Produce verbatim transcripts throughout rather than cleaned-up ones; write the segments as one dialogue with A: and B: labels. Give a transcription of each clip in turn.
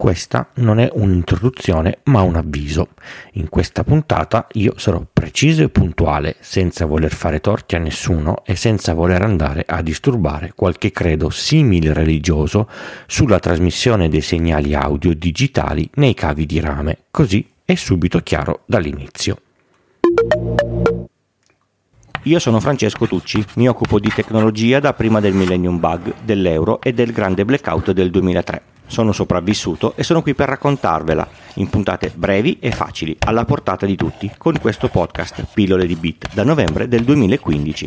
A: Questa non è un'introduzione ma un avviso. In questa puntata io sarò preciso e puntuale, senza voler fare torti a nessuno e senza voler andare a disturbare qualche credo simile religioso sulla trasmissione dei segnali audio digitali nei cavi di rame. Così è subito chiaro dall'inizio. Io sono Francesco Tucci, mi occupo di tecnologia da prima del Millennium Bug, dell'euro e del grande blackout del duemilatré. Sono sopravvissuto e sono qui per raccontarvela, in puntate brevi e facili, alla portata di tutti, con questo podcast Pillole di Bit da novembre del duemilaquindici.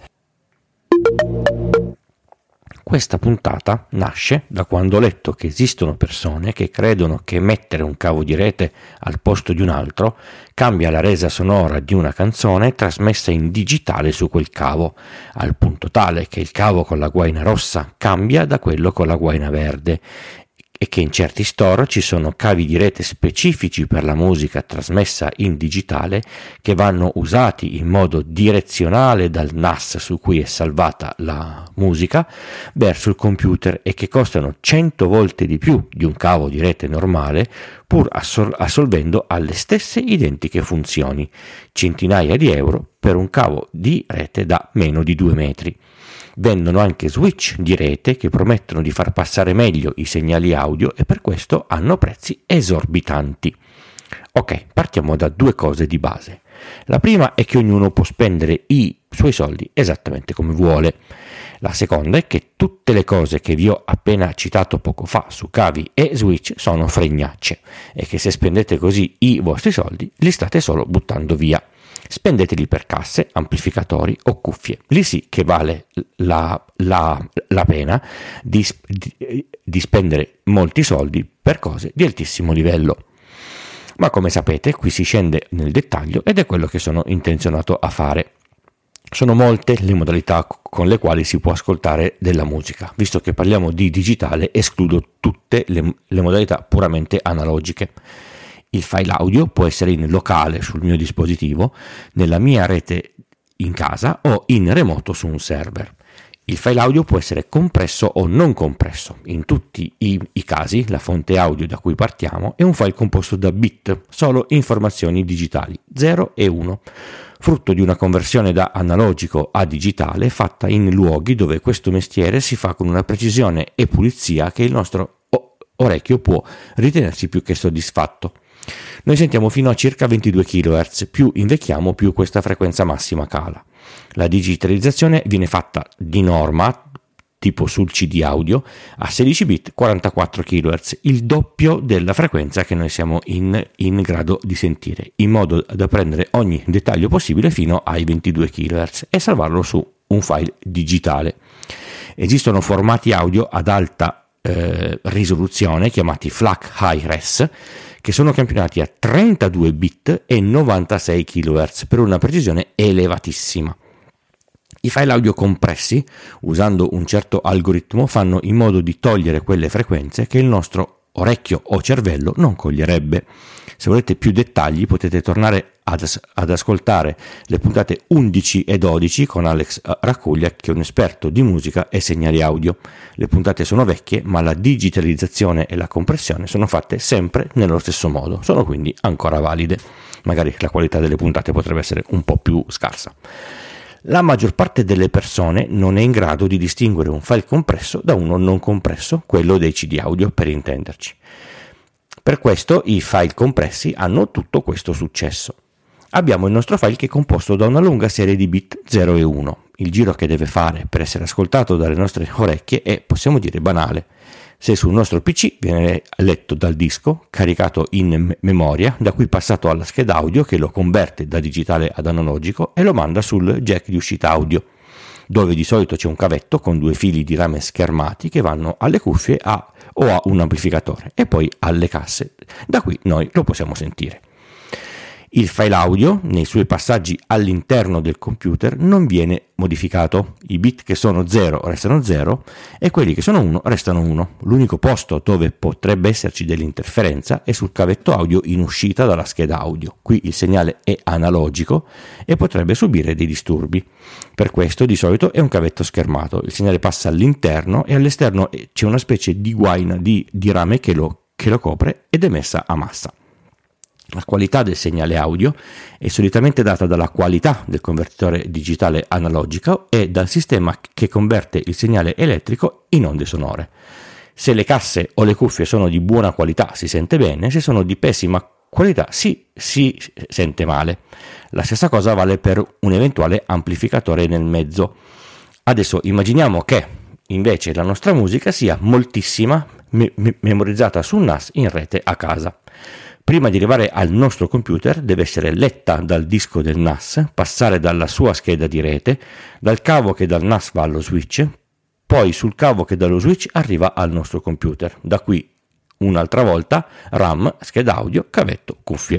A: Questa puntata nasce da quando ho letto che esistono persone che credono che mettere un cavo di rete al posto di un altro cambia la resa sonora di una canzone trasmessa in digitale su quel cavo, al punto tale che il cavo con la guaina rossa cambia da quello con la guaina verde, e che in certi store ci sono cavi di rete specifici per la musica trasmessa in digitale che vanno usati in modo direzionale dal N A S su cui è salvata la musica verso il computer e che costano cento volte di più di un cavo di rete normale, pur assol- assolvendo alle stesse identiche funzioni, centinaia di euro per un cavo di rete da meno di due metri. Vendono anche switch di rete che promettono di far passare meglio i segnali audio e per questo hanno prezzi esorbitanti. Ok, partiamo da due cose di base. La prima è che ognuno può spendere i suoi soldi esattamente come vuole. La seconda è che tutte le cose che vi ho appena citato poco fa su cavi e switch sono fregnacce e che se spendete così i vostri soldi li state solo buttando via. Spendeteli per casse, amplificatori o cuffie. Lì sì che vale la, la, la pena di, di, di spendere molti soldi per cose di altissimo livello. Ma come sapete, qui si scende nel dettaglio ed è quello che sono intenzionato a fare. Sono molte le modalità con le quali si può ascoltare della musica. Visto che parliamo di digitale, escludo tutte le, le modalità puramente analogiche. Il file audio può essere in locale sul mio dispositivo, nella mia rete in casa o in remoto su un server. Il file audio può essere compresso o non compresso. In tutti i, i casi la fonte audio da cui partiamo è un file composto da bit, solo informazioni digitali, zero e uno, frutto di una conversione da analogico a digitale fatta in luoghi dove questo mestiere si fa con una precisione e pulizia che il nostro orecchio può ritenersi più che soddisfatto. Noi sentiamo fino a circa ventidue chilohertz, più invecchiamo più questa frequenza massima cala. La digitalizzazione viene fatta di norma, tipo sul C D audio, a sedici bit quarantaquattro chilohertz, il doppio della frequenza che noi siamo in, in grado di sentire, in modo da prendere ogni dettaglio possibile fino ai ventidue chilohertz e salvarlo su un file digitale. Esistono formati audio ad alta eh, risoluzione chiamati FLAC High Res, che sono campionati a trentadue bit e novantasei chilohertz per una precisione elevatissima. I file audio compressi, usando un certo algoritmo, fanno in modo di togliere quelle frequenze che il nostro orecchio o cervello non coglierebbe. Se volete più dettagli potete tornare ad, as- ad ascoltare le puntate undici e dodici con Alex Raccuglia, che è un esperto di musica e segnali audio. Le puntate sono vecchie, ma la digitalizzazione e la compressione sono fatte sempre nello stesso modo, sono quindi ancora valide. Magari la qualità delle puntate potrebbe essere un po' più scarsa. La maggior parte delle persone non è in grado di distinguere un file compresso da uno non compresso, quello dei C D audio per intenderci. Per questo i file compressi hanno tutto questo successo. Abbiamo il nostro file che è composto da una lunga serie di bit zero e uno. Il giro che deve fare per essere ascoltato dalle nostre orecchie è, possiamo dire, banale. Se sul nostro P C viene letto dal disco, caricato in memoria, da cui passato alla scheda audio che lo converte da digitale ad analogico e lo manda sul jack di uscita audio, dove di solito c'è un cavetto con due fili di rame schermati che vanno alle cuffie a, o a un amplificatore e poi alle casse. Da qui noi lo possiamo sentire. Il file audio, nei suoi passaggi all'interno del computer, non viene modificato. I bit che sono zero restano zero e quelli che sono uno restano uno. L'unico posto dove potrebbe esserci dell'interferenza è sul cavetto audio in uscita dalla scheda audio. Qui il segnale è analogico e potrebbe subire dei disturbi. Per questo di solito è un cavetto schermato. Il segnale passa all'interno e all'esterno c'è una specie di guaina di, di rame che lo che lo copre ed emessa a massa. La qualità del segnale audio è solitamente data dalla qualità del convertitore digitale analogico e dal sistema che converte il segnale elettrico in onde sonore. Se le casse o le cuffie sono di buona qualità si sente bene, se sono di pessima qualità si, si sente male. La stessa cosa vale per un eventuale amplificatore nel mezzo. Adesso immaginiamo che invece la nostra musica sia moltissima me- me- memorizzata su un N A S in rete a casa. Prima di arrivare al nostro computer deve essere letta dal disco del N A S, passare dalla sua scheda di rete, dal cavo che dal N A S va allo switch, poi sul cavo che dallo switch arriva al nostro computer. Da qui un'altra volta RAM, scheda audio, cavetto, cuffie.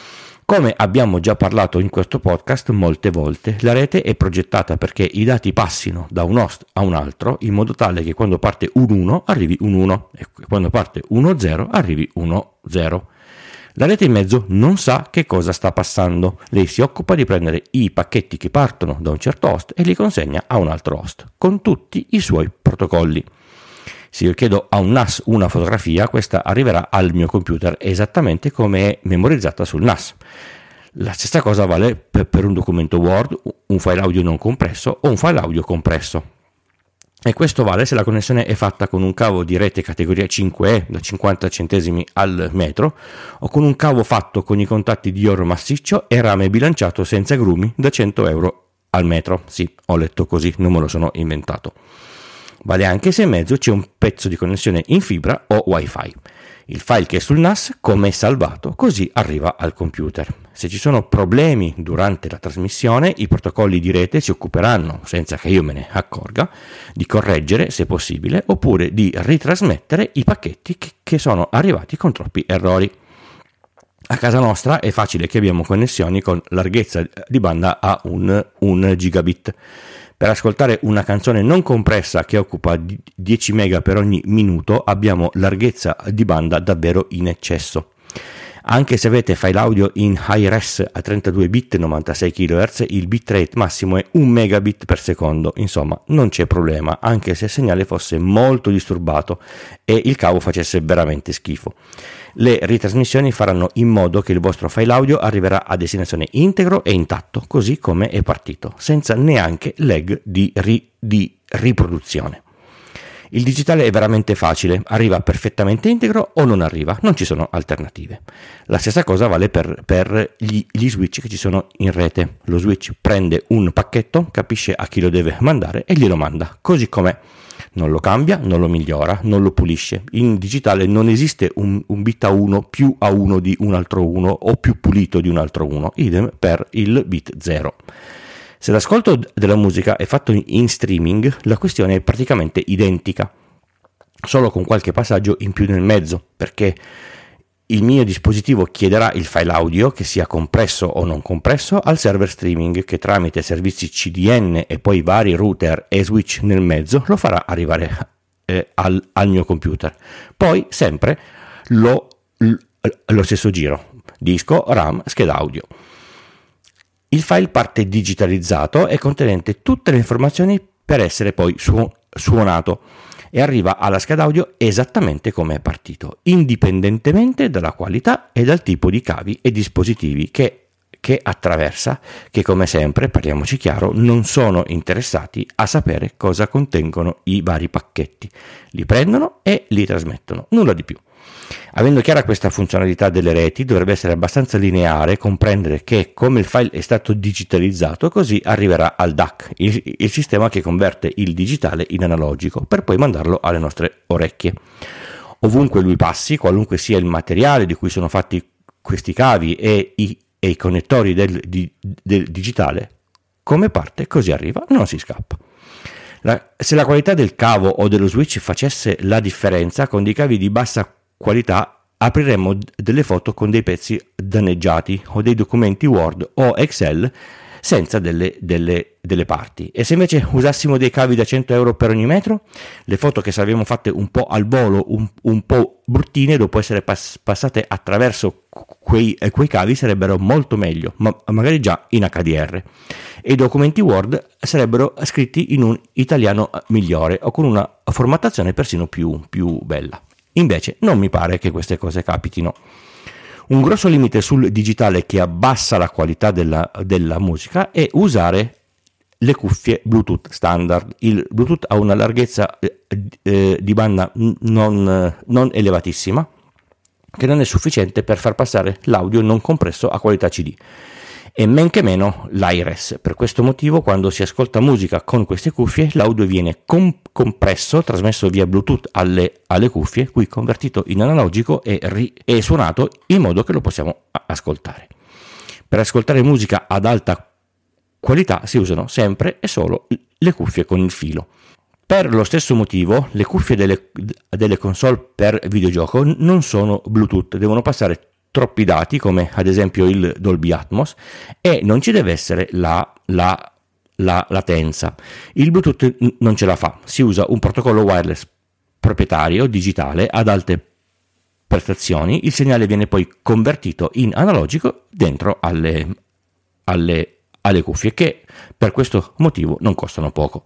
A: Come abbiamo già parlato in questo podcast molte volte, la rete è progettata perché i dati passino da un host a un altro in modo tale che quando parte un uno arrivi un uno e quando parte uno zero arrivi uno zero. La rete in mezzo non sa che cosa sta passando. Lei si occupa di prendere i pacchetti che partono da un certo host e li consegna a un altro host, con tutti i suoi protocolli. Se io chiedo a un N A S una fotografia, questa arriverà al mio computer esattamente come è memorizzata sul N A S. La stessa cosa vale per un documento Word, un file audio non compresso o un file audio compresso. E questo vale se la connessione è fatta con un cavo di rete categoria cinque E da cinquanta centesimi al metro o con un cavo fatto con i contatti di oro massiccio e rame bilanciato senza grumi da cento euro al metro. Sì, ho letto così, non me lo sono inventato. Vale anche se in mezzo c'è un pezzo di connessione in fibra o wifi. Il file che è sul N A S, come è salvato, così arriva al computer. Se ci sono problemi durante la trasmissione, i protocolli di rete si occuperanno, senza che io me ne accorga, di correggere, se possibile, oppure di ritrasmettere i pacchetti che, che sono arrivati con troppi errori. A casa nostra è facile che abbiamo connessioni con larghezza di banda a un, un gigabit. Per ascoltare una canzone non compressa che occupa dieci mega per ogni minuto abbiamo larghezza di banda davvero in eccesso. Anche se avete file audio in high-res a trentadue bit novantasei chilohertz, il bitrate massimo è un megabit per secondo. Insomma, non c'è problema, anche se il segnale fosse molto disturbato e il cavo facesse veramente schifo. Le ritrasmissioni faranno in modo che il vostro file audio arriverà a destinazione integro e intatto, così come è partito, senza neanche lag di, ri- di riproduzione. Il digitale è veramente facile, arriva perfettamente integro o non arriva, non ci sono alternative. La stessa cosa vale per, per gli, gli switch che ci sono in rete. Lo switch prende un pacchetto, capisce a chi lo deve mandare e glielo manda, così com'è. Non lo cambia, non lo migliora, non lo pulisce. In digitale non esiste un, un bit A uno più A uno di un altro uno o più pulito di un altro uno, idem per il bit zero. Se l'ascolto della musica è fatto in streaming, la questione è praticamente identica, solo con qualche passaggio in più nel mezzo, perché il mio dispositivo chiederà il file audio, che sia compresso o non compresso, al server streaming che tramite servizi C D N e poi vari router e switch nel mezzo lo farà arrivare eh, al, al mio computer. Poi sempre lo, lo stesso giro, disco, RAM, scheda audio. Il file parte digitalizzato e contenente tutte le informazioni per essere poi su- suonato e arriva alla scheda audio esattamente come è partito, indipendentemente dalla qualità e dal tipo di cavi e dispositivi che, che attraversa, che come sempre, parliamoci chiaro, non sono interessati a sapere cosa contengono i vari pacchetti. Li prendono e li trasmettono, nulla di più. Avendo chiara questa funzionalità delle reti, dovrebbe essere abbastanza lineare comprendere che come il file è stato digitalizzato, così arriverà al D A C, il, il sistema che converte il digitale in analogico, per poi mandarlo alle nostre orecchie. Ovunque lui passi, qualunque sia il materiale di cui sono fatti questi cavi e i, e i connettori del, di, del digitale, come parte, così arriva, non si scappa. La, se la qualità del cavo o dello switch facesse la differenza, con dei cavi di bassa qualità apriremmo delle foto con dei pezzi danneggiati o dei documenti Word o Excel senza delle, delle, delle parti. E se invece usassimo dei cavi da cento euro per ogni metro, le foto che saremmo fatte un po' al volo, un, un po' bruttine, dopo essere pass- passate attraverso quei, eh, quei cavi, sarebbero molto meglio, ma magari già in H D R. E i documenti Word sarebbero scritti in un italiano migliore o con una formattazione persino più, più bella. invece non mi pare che queste cose capitino. Un grosso limite sul digitale che abbassa la qualità della, della musica è usare le cuffie Bluetooth standard. Il Bluetooth ha una larghezza eh, eh, di banda non, non elevatissima, che non è sufficiente per far passare l'audio non compresso a qualità C D, e men che meno l'I R S. Per questo motivo, quando si ascolta musica con queste cuffie, l'audio viene com- compresso, trasmesso via Bluetooth alle, alle cuffie, qui convertito in analogico e, ri- e suonato in modo che lo possiamo ascoltare. Per ascoltare musica ad alta qualità si usano sempre e solo le cuffie con il filo. Per lo stesso motivo, le cuffie delle, delle console per videogioco non sono Bluetooth, devono passare troppi dati, come ad esempio il Dolby Atmos, e non ci deve essere la, la, la latenza. Il Bluetooth non ce la fa, si usa un protocollo wireless proprietario digitale ad alte prestazioni, il segnale viene poi convertito in analogico dentro alle, alle, alle cuffie, che per questo motivo non costano poco.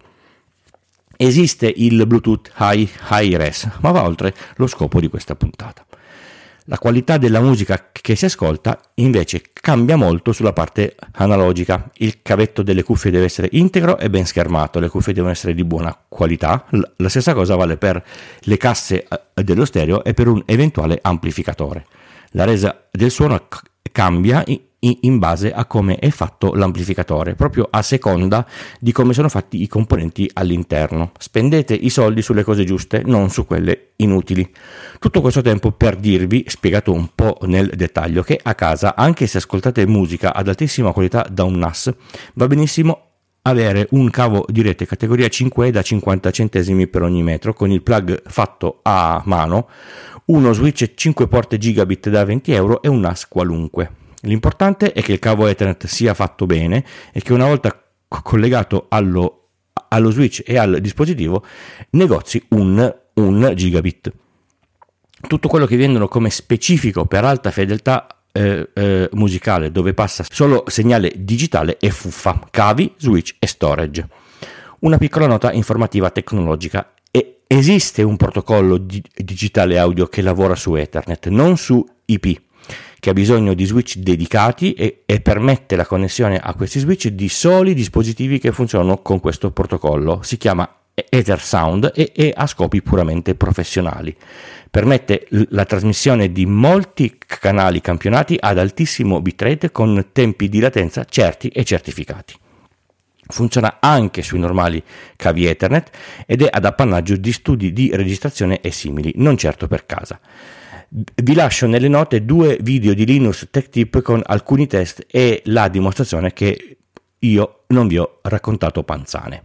A: Esiste il Bluetooth High, High Res, ma va oltre lo scopo di questa puntata. La qualità della musica che si ascolta invece cambia molto sulla parte analogica. Il cavetto delle cuffie deve essere integro e ben schermato, le cuffie devono essere di buona qualità. La stessa cosa vale per le casse dello stereo e per un eventuale amplificatore. La resa del suono cambia in base a come è fatto l'amplificatore, proprio a seconda di come sono fatti i componenti all'interno. Spendete i soldi sulle cose giuste, non su quelle inutili. Tutto questo tempo per dirvi, spiegato un po' nel dettaglio, che a casa, anche se ascoltate musica ad altissima qualità da un N A S, va benissimo avere un cavo di rete categoria cinque E da cinquanta centesimi per ogni metro, con il plug fatto a mano, uno switch cinque porte gigabit da venti euro e un N A S qualunque. L'importante è che il cavo Ethernet sia fatto bene e che una volta collegato allo, allo switch e al dispositivo negozi un, un gigabit. Tutto quello che vendono come specifico per alta fedeltà eh, eh, musicale, dove passa solo segnale digitale, è fuffa, cavi, switch e storage. Una piccola nota informativa tecnologica: e esiste un protocollo di, digitale audio che lavora su Ethernet, non su I P, che ha bisogno di switch dedicati e, e permette la connessione a questi switch di soli dispositivi che funzionano con questo protocollo. Si chiama EtherSound e, e ha scopi puramente professionali. Permette la trasmissione di molti canali campionati ad altissimo bitrate con tempi di latenza certi e certificati. Funziona anche sui normali cavi Ethernet ed è ad appannaggio di studi di registrazione e simili, non certo per casa. Vi lascio nelle note due video di Linus Tech Tip con alcuni test e la dimostrazione che io non vi ho raccontato panzane.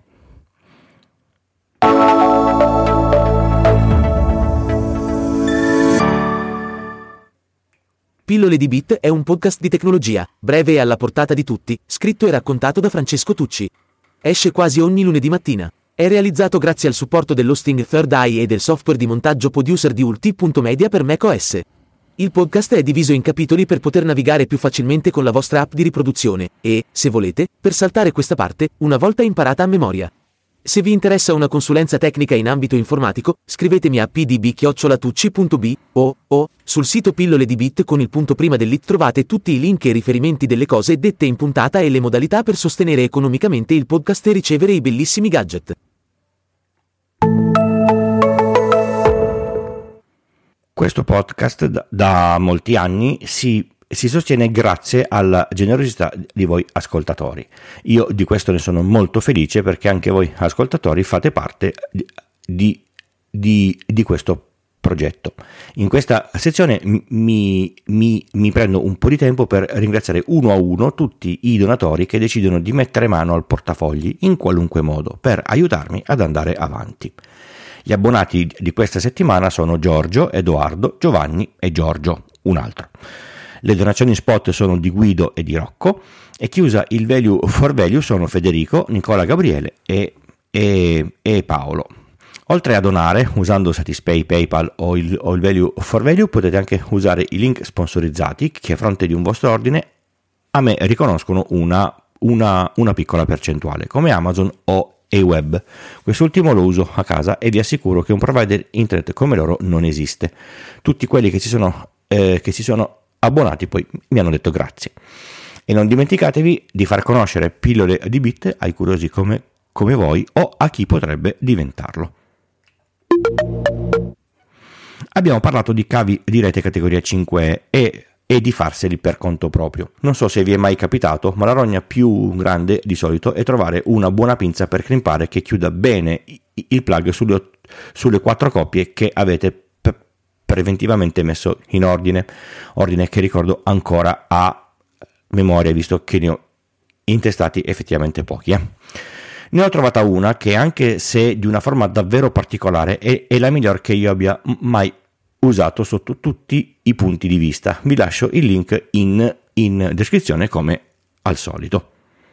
B: Pillole di Bit è un podcast di tecnologia, breve e alla portata di tutti, scritto e raccontato da Francesco Tucci. Esce quasi ogni lunedì mattina. È realizzato grazie al supporto dell'hosting Third Eye e del software di montaggio producer di ulti punto media per macOS. Il podcast è diviso in capitoli per poter navigare più facilmente con la vostra app di riproduzione e, se volete, per saltare questa parte, una volta imparata a memoria. Se vi interessa una consulenza tecnica in ambito informatico, scrivetemi a p d b chiocciola tucci punto b o, o sul sito Pillole di Bit con il punto prima dell'it trovate tutti i link e riferimenti delle cose dette in puntata e le modalità per sostenere economicamente il podcast e ricevere i bellissimi gadget.
A: Questo podcast da, da molti anni si, si sostiene grazie alla generosità di voi ascoltatori. Io di questo ne sono molto felice, perché anche voi ascoltatori fate parte di, di, di questo progetto. In questa sezione mi, mi, mi prendo un po' di tempo per ringraziare uno a uno tutti i donatori che decidono di mettere mano al portafogli in qualunque modo per aiutarmi ad andare avanti. Gli abbonati di questa settimana sono Giorgio, Edoardo, Giovanni e Giorgio, un altro. Le donazioni spot sono di Guido e di Rocco, e chi usa il Value for Value sono Federico, Nicola, Gabriele e, e, e Paolo. Oltre a donare usando Satispay, PayPal o il, o il Value for Value, potete anche usare i link sponsorizzati che, a fronte di un vostro ordine, a me riconoscono una, una, una piccola percentuale, come Amazon o e web. Quest'ultimo lo uso a casa e vi assicuro che un provider internet come loro non esiste. Tutti quelli che si sono, eh, che si sono abbonati poi mi hanno detto grazie. E non dimenticatevi di far conoscere Pillole di Bit ai curiosi come, come voi o a chi potrebbe diventarlo. Abbiamo parlato di cavi di rete categoria cinque E e, e di farseli per conto proprio. Non so se vi è mai capitato, ma la rogna più grande di solito è trovare una buona pinza per crimpare che chiuda bene il plug sulle, sulle quattro coppie che avete pre- preventivamente messo in ordine, ordine che ricordo ancora a memoria, visto che ne ho intestati effettivamente pochi. Eh. Ne ho trovata una che, anche se di una forma davvero particolare, è, è la miglior che io abbia mai usato sotto tutti i punti di vista. Vi lascio il link in, in descrizione come al solito.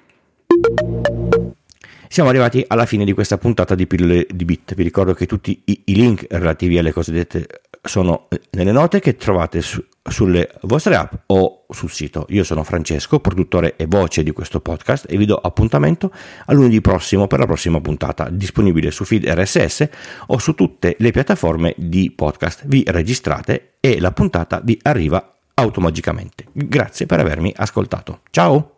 A: Siamo arrivati alla fine di questa puntata di Pillole di Bit. Vi ricordo che tutti i, i link relativi alle cosiddette sono nelle note che trovate su, sulle vostre app o sul sito. Io sono Francesco, produttore e voce di questo podcast, e vi do appuntamento a lunedì prossimo per la prossima puntata, disponibile su feed R S S o su tutte le piattaforme di podcast. Vi registrate e la puntata vi arriva automagicamente. Grazie per avermi ascoltato. Ciao!